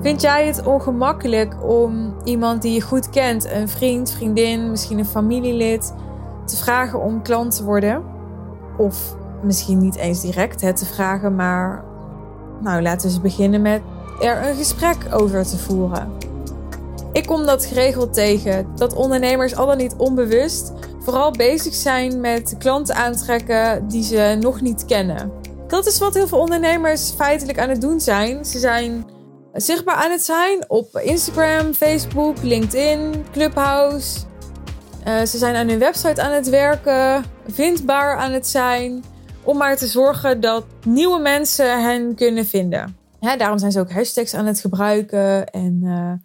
Vind jij het ongemakkelijk om iemand die je goed kent, een vriend, vriendin, misschien een familielid, te vragen om klant te worden? Of misschien niet eens direct het te vragen, maar laten we eens beginnen met er een gesprek over te voeren. Ik kom dat geregeld tegen, dat ondernemers al dan niet onbewust vooral bezig zijn met klanten aantrekken die ze nog niet kennen. Dat is wat heel veel ondernemers feitelijk aan het doen zijn. Ze zijn zichtbaar aan het zijn op Instagram, Facebook, LinkedIn, Clubhouse. Ze zijn aan hun website aan het werken, vindbaar aan het zijn, om maar te zorgen dat nieuwe mensen hen kunnen vinden. Daarom zijn ze ook hashtags aan het gebruiken en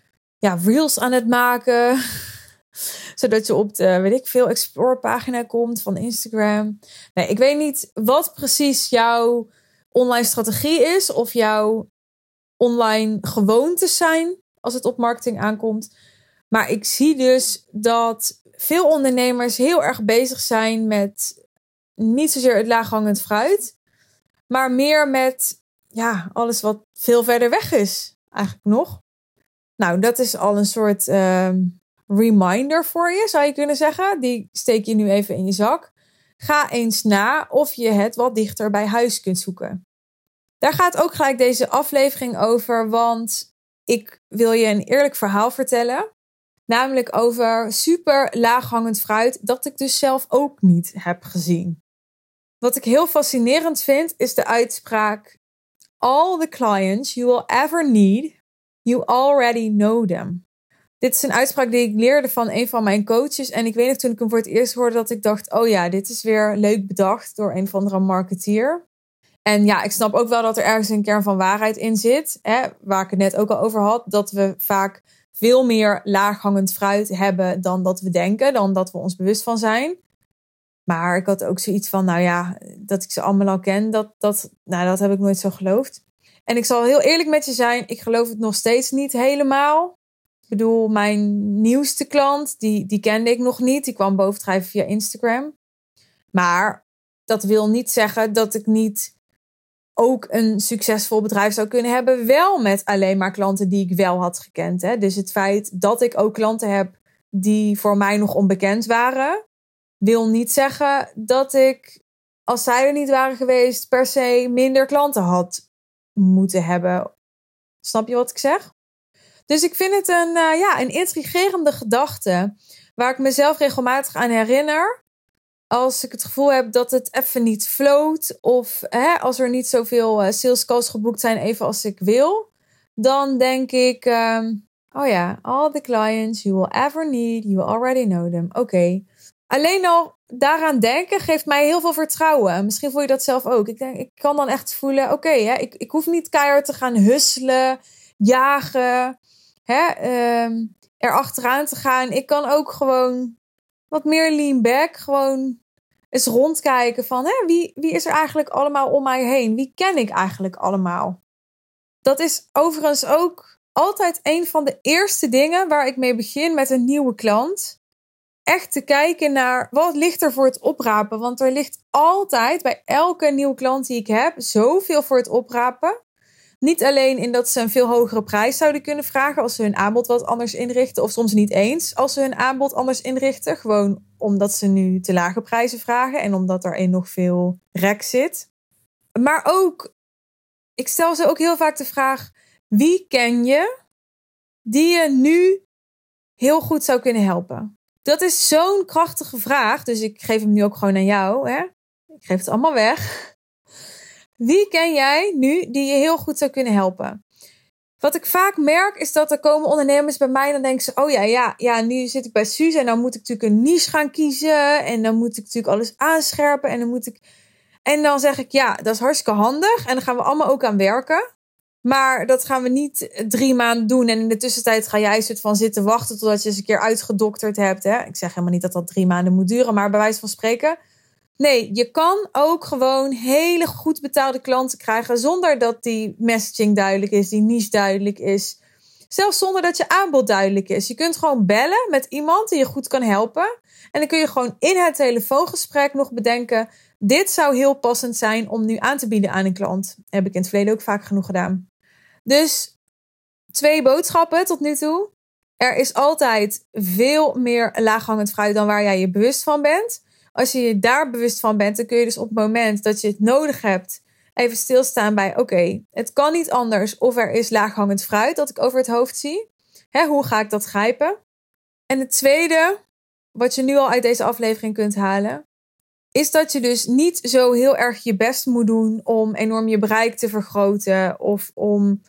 reels aan het maken. Zodat je op de, Explore pagina komt van Instagram. Nee, ik weet niet wat precies jouw online strategie is of jouw online gewoontes zijn als het op marketing aankomt. Maar ik zie dus dat veel ondernemers heel erg bezig zijn met niet zozeer het laaghangend fruit, maar meer met alles wat veel verder weg is eigenlijk nog. Nou, dat is al een soort reminder voor je, zou je kunnen zeggen. Die steek je nu even in je zak. Ga eens na of je het wat dichter bij huis kunt zoeken. Daar gaat ook gelijk deze aflevering over, want ik wil je een eerlijk verhaal vertellen. Namelijk over super laaghangend fruit dat ik dus zelf ook niet heb gezien. Wat ik heel fascinerend vind is de uitspraak: all the clients you will ever need, you already know them. Dit is een uitspraak die ik leerde van een van mijn coaches. En ik weet nog toen ik hem voor het eerst hoorde dat ik dacht, oh ja, dit is weer leuk bedacht door een of andere marketeer. En ja, ik snap ook wel dat er ergens een kern van waarheid in zit. Waar ik het net ook al over had. Dat we vaak veel meer laaghangend fruit hebben dan dat we denken. Dan dat we ons bewust van zijn. Maar ik had ook zoiets van, dat ik ze allemaal al ken. Dat heb ik nooit zo geloofd. En ik zal heel eerlijk met je zijn. Ik geloof het nog steeds niet helemaal. Ik bedoel, mijn nieuwste klant, die kende ik nog niet. Die kwam bovendrijven via Instagram. Maar dat wil niet zeggen dat ik niet ook een succesvol bedrijf zou kunnen hebben. Wel met alleen maar klanten die ik wel had gekend. Hè. Dus het feit dat ik ook klanten heb die voor mij nog onbekend waren, wil niet zeggen dat ik, als zij er niet waren geweest, per se minder klanten had moeten hebben. Snap je wat ik zeg? Dus ik vind het een intrigerende gedachte waar ik mezelf regelmatig aan herinner. Als ik het gevoel heb dat het even niet float of als er niet zoveel sales calls geboekt zijn even als ik wil. Dan denk ik, all the clients you will ever need, you already know them. Oké. Alleen al daaraan denken geeft mij heel veel vertrouwen. Misschien voel je dat zelf ook. Ik kan dan echt voelen, ik hoef niet keihard te gaan hustelen, jagen, er achteraan te gaan. Ik kan ook gewoon wat meer lean back. Gewoon eens rondkijken van wie is er eigenlijk allemaal om mij heen? Wie ken ik eigenlijk allemaal? Dat is overigens ook altijd een van de eerste dingen waar ik mee begin met een nieuwe klant. Echt te kijken naar wat ligt er voor het oprapen. Want er ligt altijd bij elke nieuwe klant die ik heb zoveel voor het oprapen. Niet alleen in dat ze een veel hogere prijs zouden kunnen vragen als ze hun aanbod wat anders inrichten. Of soms niet eens als ze hun aanbod anders inrichten. Gewoon omdat ze nu te lage prijzen vragen en omdat er nog veel rek zit. Maar ook, ik stel ze ook heel vaak de vraag: wie ken je die je nu heel goed zou kunnen helpen? Dat is zo'n krachtige vraag. Dus ik geef hem nu ook gewoon aan jou. Ik geef het allemaal weg. Wie ken jij nu die je heel goed zou kunnen helpen? Wat ik vaak merk is dat er komen ondernemers bij mij en dan denken ze, nu zit ik bij Suus en dan moet ik natuurlijk een niche gaan kiezen en dan moet ik natuurlijk alles aanscherpen en dan zeg ik, dat is hartstikke handig en dan gaan we allemaal ook aan werken. Maar dat gaan we niet 3 maanden doen en in de tussentijd ga jij soort van zitten wachten totdat je eens een keer uitgedokterd hebt. Ik zeg helemaal niet dat dat 3 maanden moet duren, maar bij wijze van spreken. Nee, je kan ook gewoon hele goed betaalde klanten krijgen zonder dat die messaging duidelijk is, die niche duidelijk is. Zelfs zonder dat je aanbod duidelijk is. Je kunt gewoon bellen met iemand die je goed kan helpen. En dan kun je gewoon in het telefoongesprek nog bedenken: dit zou heel passend zijn om nu aan te bieden aan een klant. Heb ik in het verleden ook vaak genoeg gedaan. Dus 2 boodschappen tot nu toe. Er is altijd veel meer laaghangend fruit dan waar jij je bewust van bent. Als je je daar bewust van bent, dan kun je dus op het moment dat je het nodig hebt even stilstaan bij oké, het kan niet anders of er is laaghangend fruit dat ik over het hoofd zie. Hoe ga ik dat grijpen? En het tweede, wat je nu al uit deze aflevering kunt halen, is dat je dus niet zo heel erg je best moet doen om enorm je bereik te vergroten of om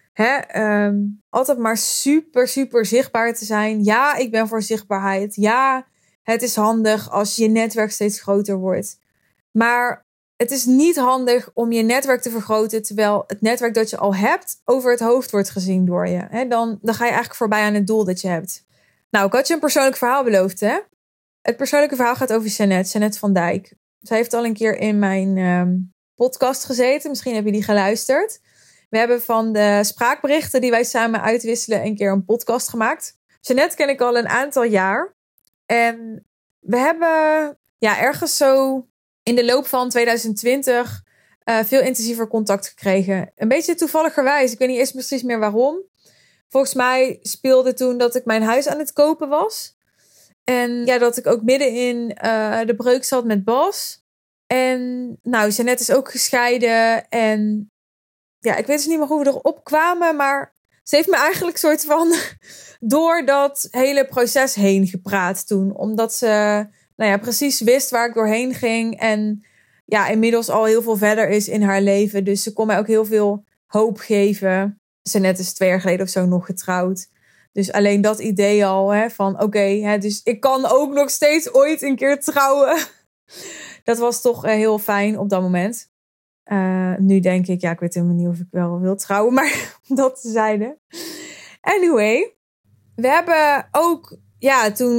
altijd maar super, super zichtbaar te zijn. Ja, ik ben voor zichtbaarheid. Ja, het is handig als je netwerk steeds groter wordt. Maar het is niet handig om je netwerk te vergroten terwijl het netwerk dat je al hebt over het hoofd wordt gezien door je. Dan ga je eigenlijk voorbij aan het doel dat je hebt. Nou, ik had je een persoonlijk verhaal beloofd, hè? Het persoonlijke verhaal gaat over Jeannette van Dijk. Zij heeft al een keer in mijn podcast gezeten. Misschien heb je die geluisterd. We hebben van de spraakberichten die wij samen uitwisselen een keer een podcast gemaakt. Jeannette ken ik al een aantal jaar. En we hebben ergens zo in de loop van 2020 veel intensiever contact gekregen. Een beetje toevalligerwijs. Ik weet niet eens precies meer waarom. Volgens mij speelde toen dat ik mijn huis aan het kopen was. En dat ik ook midden in de breuk zat met Bas. En Jeannette is ook gescheiden. En ik weet dus niet meer hoe we erop kwamen. Maar ze heeft me eigenlijk soort van door dat hele proces heen gepraat toen. Omdat ze precies wist waar ik doorheen ging. En inmiddels al heel veel verder is in haar leven. Dus ze kon mij ook heel veel hoop geven. Jeannette is 2 jaar geleden of zo nog getrouwd. Dus alleen dat idee al van oké, dus ik kan ook nog steeds ooit een keer trouwen. Dat was toch heel fijn op dat moment. Nu denk ik, ik weet helemaal niet of ik wel wil trouwen. Maar dat tezijde. Anyway, we hebben ook toen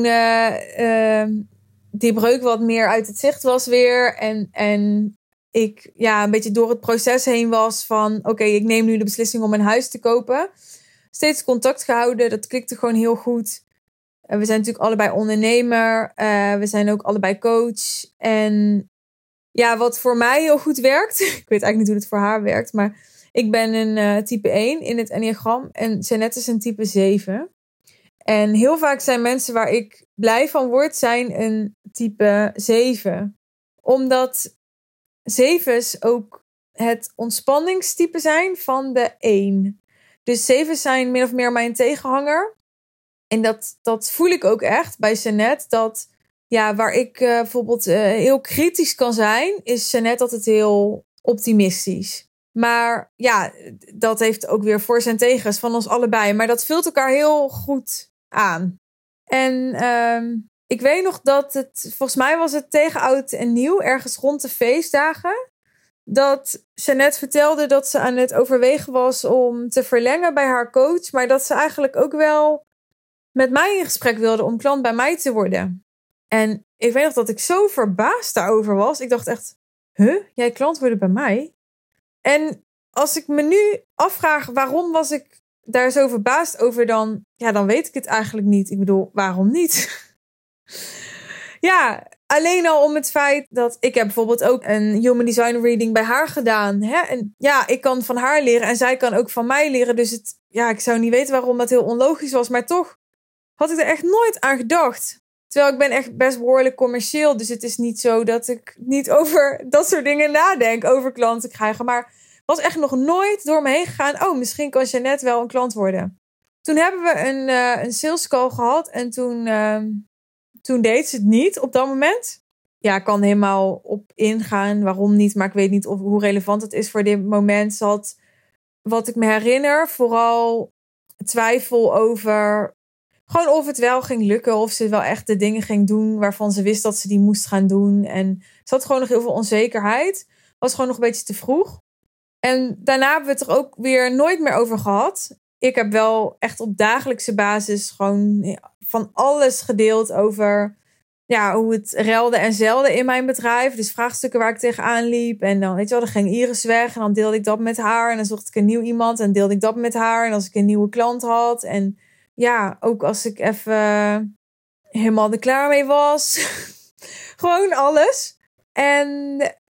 die breuk wat meer uit het zicht was weer. En ik een beetje door het proces heen was van oké, ik neem nu de beslissing om een huis te kopen. Steeds contact gehouden, dat klikte gewoon heel goed. We zijn natuurlijk allebei ondernemer. We zijn ook allebei coach. En wat voor mij heel goed werkt. Ik weet eigenlijk niet hoe het voor haar werkt. Maar ik ben een type 1 in het enneagram. En Jeannette is een type 7. En heel vaak zijn mensen waar ik blij van word, zijn een type 7. Omdat 7's ook het ontspanningstype zijn van de 1. Dus 7 zijn min of meer mijn tegenhanger. En dat voel ik ook echt bij Jeannette. Dat waar ik bijvoorbeeld heel kritisch kan zijn, is Jeannette altijd heel optimistisch. Maar dat heeft ook weer voor's en tegens van ons allebei. Maar dat vult elkaar heel goed aan. En ik weet nog dat volgens mij was het tegen oud en nieuw, ergens rond de feestdagen, dat Jeannette vertelde dat ze aan het overwegen was om te verlengen bij haar coach. Maar dat ze eigenlijk ook wel met mij in gesprek wilde om klant bij mij te worden. En ik weet nog dat ik zo verbaasd daarover was. Ik dacht echt, jij klant worden bij mij? En als ik me nu afvraag waarom was ik daar zo verbaasd over, dan weet ik het eigenlijk niet. Ik bedoel, waarom niet? Alleen al om het feit dat ik heb bijvoorbeeld ook een Human Design reading bij haar gedaan. En ik kan van haar leren en zij kan ook van mij leren. Dus ik zou niet weten waarom dat heel onlogisch was. Maar toch had ik er echt nooit aan gedacht. Terwijl ik ben echt best behoorlijk commercieel. Dus het is niet zo dat ik niet over dat soort dingen nadenk. Over klanten krijgen. Maar was echt nog nooit door me heen gegaan. Oh, misschien kan Jeannette wel een klant worden. Toen hebben we een sales call gehad. En toen deed ze het niet op dat moment. Ik kan helemaal op ingaan waarom niet. Maar ik weet niet hoe relevant het is voor dit moment. Ze had, wat ik me herinner, vooral twijfel over gewoon of het wel ging lukken. Of ze wel echt de dingen ging doen waarvan ze wist dat ze die moest gaan doen. En ze had gewoon nog heel veel onzekerheid. Was gewoon nog een beetje te vroeg. En daarna hebben we het er ook weer nooit meer over gehad. Ik heb wel echt op dagelijkse basis gewoon van alles gedeeld over hoe het relde en zeilde in mijn bedrijf. Dus vraagstukken waar ik tegenaan liep. En dan, dan ging Iris weg en dan deelde ik dat met haar. En dan zocht ik een nieuw iemand en deelde ik dat met haar. En als ik een nieuwe klant had. En ook als ik even helemaal er klaar mee was. Gewoon alles. En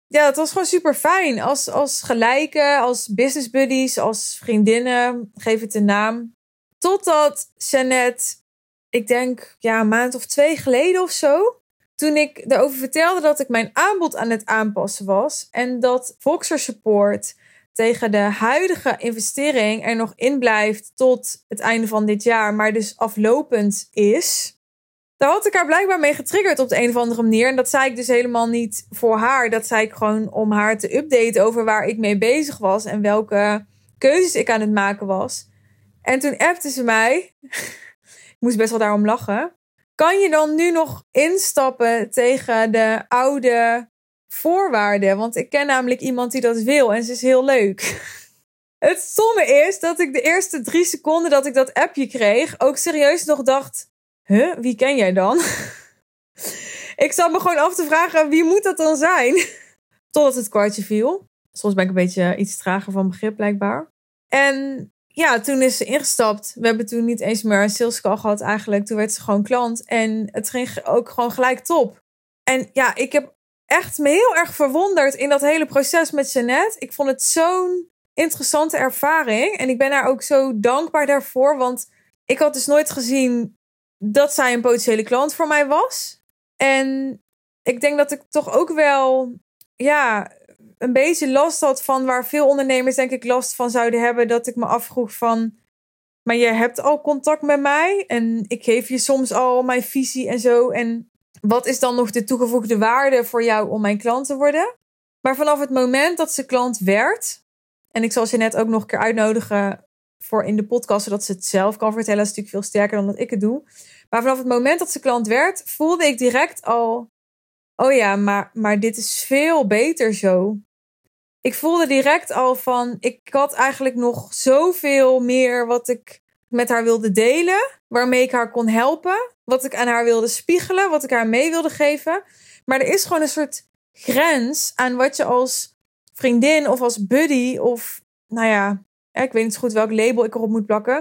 ja, het was gewoon super fijn. Als gelijken, als business buddies, als vriendinnen, geef het een naam. Totdat Jeannette, ik denk een maand of 2 geleden of zo, toen ik erover vertelde dat ik mijn aanbod aan het aanpassen was en dat Voxer Support tegen de huidige investering er nog in blijft tot het einde van dit jaar, maar dus aflopend is. Daar had ik haar blijkbaar mee getriggerd op de een of andere manier. En dat zei ik dus helemaal niet voor haar. Dat zei ik gewoon om haar te updaten over waar ik mee bezig was en welke keuzes ik aan het maken was. En toen appte ze mij. Ik moest best wel daarom lachen. Kan je dan nu nog instappen tegen de oude voorwaarden? Want ik ken namelijk iemand die dat wil en ze is heel leuk. Het stomme is dat ik de eerste 3 seconden dat ik dat appje kreeg ook serieus nog dacht, wie ken jij dan? Ik zat me gewoon af te vragen, wie moet dat dan zijn? Totdat het kwartje viel. Soms ben ik een beetje iets trager van begrip blijkbaar. En ja, toen is ze ingestapt. We hebben toen niet eens meer een sales call gehad eigenlijk. Toen werd ze gewoon klant. En het ging ook gewoon gelijk top. En ja, ik heb echt me heel erg verwonderd in dat hele proces met Jeannette. Ik vond het zo'n interessante ervaring. En ik ben haar ook zo dankbaar daarvoor. Want ik had dus nooit gezien dat zij een potentiële klant voor mij was. En ik denk dat ik toch ook wel een beetje last had van waar veel ondernemers denk ik last van zouden hebben. Dat ik me afvroeg van, maar je hebt al contact met mij en ik geef je soms al mijn visie en zo. En wat is dan nog de toegevoegde waarde voor jou om mijn klant te worden? Maar vanaf het moment dat ze klant werd, en ik zal je net ook nog een keer uitnodigen voor in de podcast, zodat ze het zelf kan vertellen. Dat is natuurlijk veel sterker dan dat ik het doe. Maar vanaf het moment dat ze klant werd, voelde ik direct al, oh ja, maar dit is veel beter zo. Ik voelde direct al van, ik had eigenlijk nog zoveel meer wat ik met haar wilde delen. Waarmee ik haar kon helpen. Wat ik aan haar wilde spiegelen. Wat ik haar mee wilde geven. Maar er is gewoon een soort grens aan wat je als vriendin of als buddy of, ik weet niet zo goed welk label ik erop moet plakken.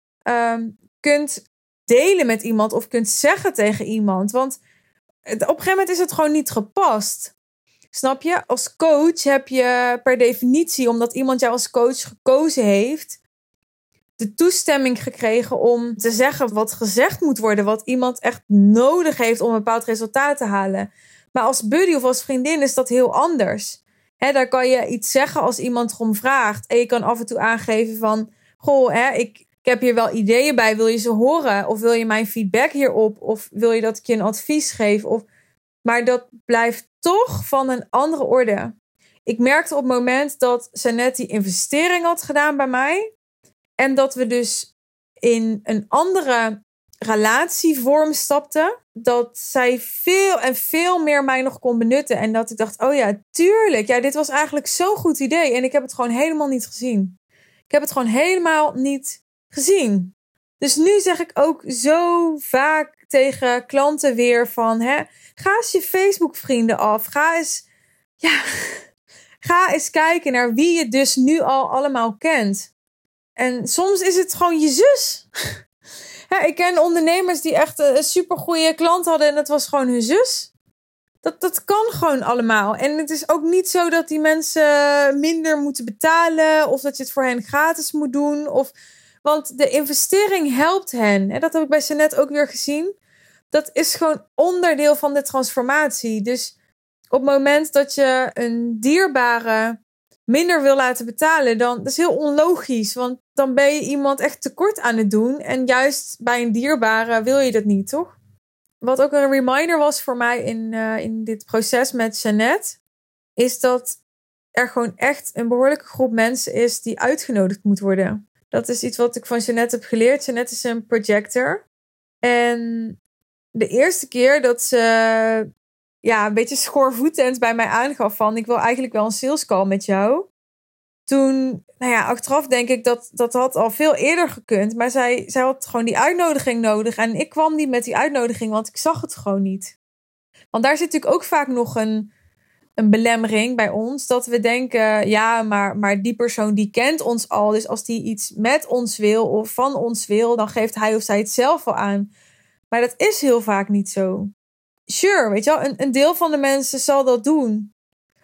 Kunt delen met iemand of kunt zeggen tegen iemand. Want op een gegeven moment is het gewoon niet gepast. Snap je? Als coach heb je per definitie, omdat iemand jou als coach gekozen heeft, de toestemming gekregen om te zeggen wat gezegd moet worden. Wat iemand echt nodig heeft om een bepaald resultaat te halen. Maar als buddy of als vriendin is dat heel anders. Daar kan je iets zeggen als iemand erom vraagt. En je kan af en toe aangeven van, goh, ik heb hier wel ideeën bij. Wil je ze horen? Of wil je mijn feedback hierop? Of wil je dat ik je een advies geef? Maar dat blijft toch van een andere orde. Ik merkte op het moment dat Jeannette die investering had gedaan bij mij. En dat we dus in een andere relatievorm stapten. Dat zij veel en veel meer mij nog kon benutten. En dat ik dacht, oh ja, tuurlijk. Ja, dit was eigenlijk zo'n goed idee. En ik heb het gewoon helemaal niet gezien. Ik heb het gewoon helemaal niet gezien. Dus nu zeg ik ook zo vaak tegen klanten weer van, ga eens je Facebook vrienden af. Ga eens kijken naar wie je dus nu al allemaal kent. En soms is het gewoon je zus. Ik ken ondernemers die echt een supergoeie klant hadden en het was gewoon hun zus. Dat kan gewoon allemaal. En het is ook niet zo dat die mensen minder moeten betalen of dat je het voor hen gratis moet doen. Want de investering helpt hen. Dat heb ik bij Jeannette ook weer gezien. Dat is gewoon onderdeel van de transformatie. Dus op het moment dat je een dierbare minder wil laten betalen, dan dat is heel onlogisch. Want dan ben je iemand echt tekort aan het doen. En juist bij een dierbare wil je dat niet, toch? Wat ook een reminder was voor mij in dit proces met Jeannette, is dat er gewoon echt een behoorlijke groep mensen is die uitgenodigd moet worden. Dat is iets wat ik van Jeannette heb geleerd. Jeannette is een projector. En de eerste keer dat ze een beetje schoorvoetend bij mij aangaf van, ik wil eigenlijk wel een sales call met jou. Toen, achteraf denk ik dat had al veel eerder gekund. Maar zij had gewoon die uitnodiging nodig. En ik kwam niet met die uitnodiging, want ik zag het gewoon niet. Want daar zit natuurlijk ook vaak nog een belemmering bij ons. Dat we denken, maar die persoon die kent ons al. Dus als die iets met ons wil of van ons wil, dan geeft hij of zij het zelf wel aan. Maar dat is heel vaak niet zo. Sure, weet je wel, een deel van de mensen zal dat doen.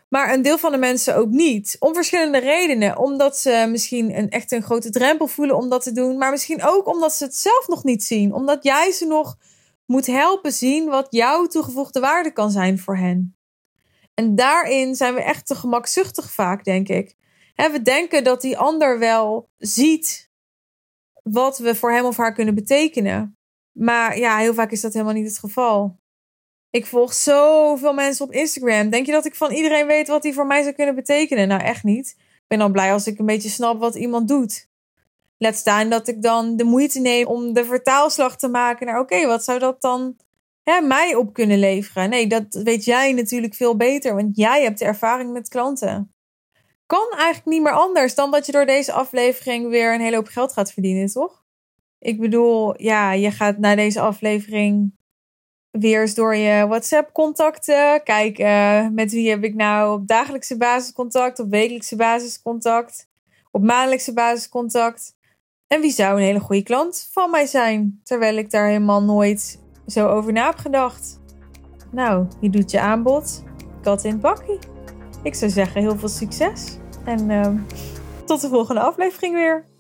Maar een deel van de mensen ook niet. Om verschillende redenen. Omdat ze misschien echt een grote drempel voelen om dat te doen. Maar misschien ook omdat ze het zelf nog niet zien. Omdat jij ze nog moet helpen zien wat jouw toegevoegde waarde kan zijn voor hen. En daarin zijn we echt te gemakzuchtig vaak, denk ik. We denken dat die ander wel ziet wat we voor hem of haar kunnen betekenen. Maar ja, heel vaak is dat helemaal niet het geval. Ik volg zoveel mensen op Instagram. Denk je dat ik van iedereen weet wat die voor mij zou kunnen betekenen? Nou, echt niet. Ik ben dan blij als ik een beetje snap wat iemand doet. Laat staan dat ik dan de moeite neem om de vertaalslag te maken naar oké, wat zou dat dan mij op kunnen leveren? Nee, dat weet jij natuurlijk veel beter, want jij hebt de ervaring met klanten. Kan eigenlijk niet meer anders dan dat je door deze aflevering weer een hele hoop geld gaat verdienen, toch? Ik bedoel, ja, je gaat na deze aflevering weer eens door je WhatsApp-contacten kijken. Met wie heb ik nou op dagelijkse basis contact, op wekelijkse basis contact, op maandelijkse basis contact. En wie zou een hele goede klant van mij zijn? Terwijl ik daar helemaal nooit zo over na heb gedacht. Nou, je doet je aanbod. Kat in het bakkie. Ik zou zeggen heel veel succes. En tot de volgende aflevering weer.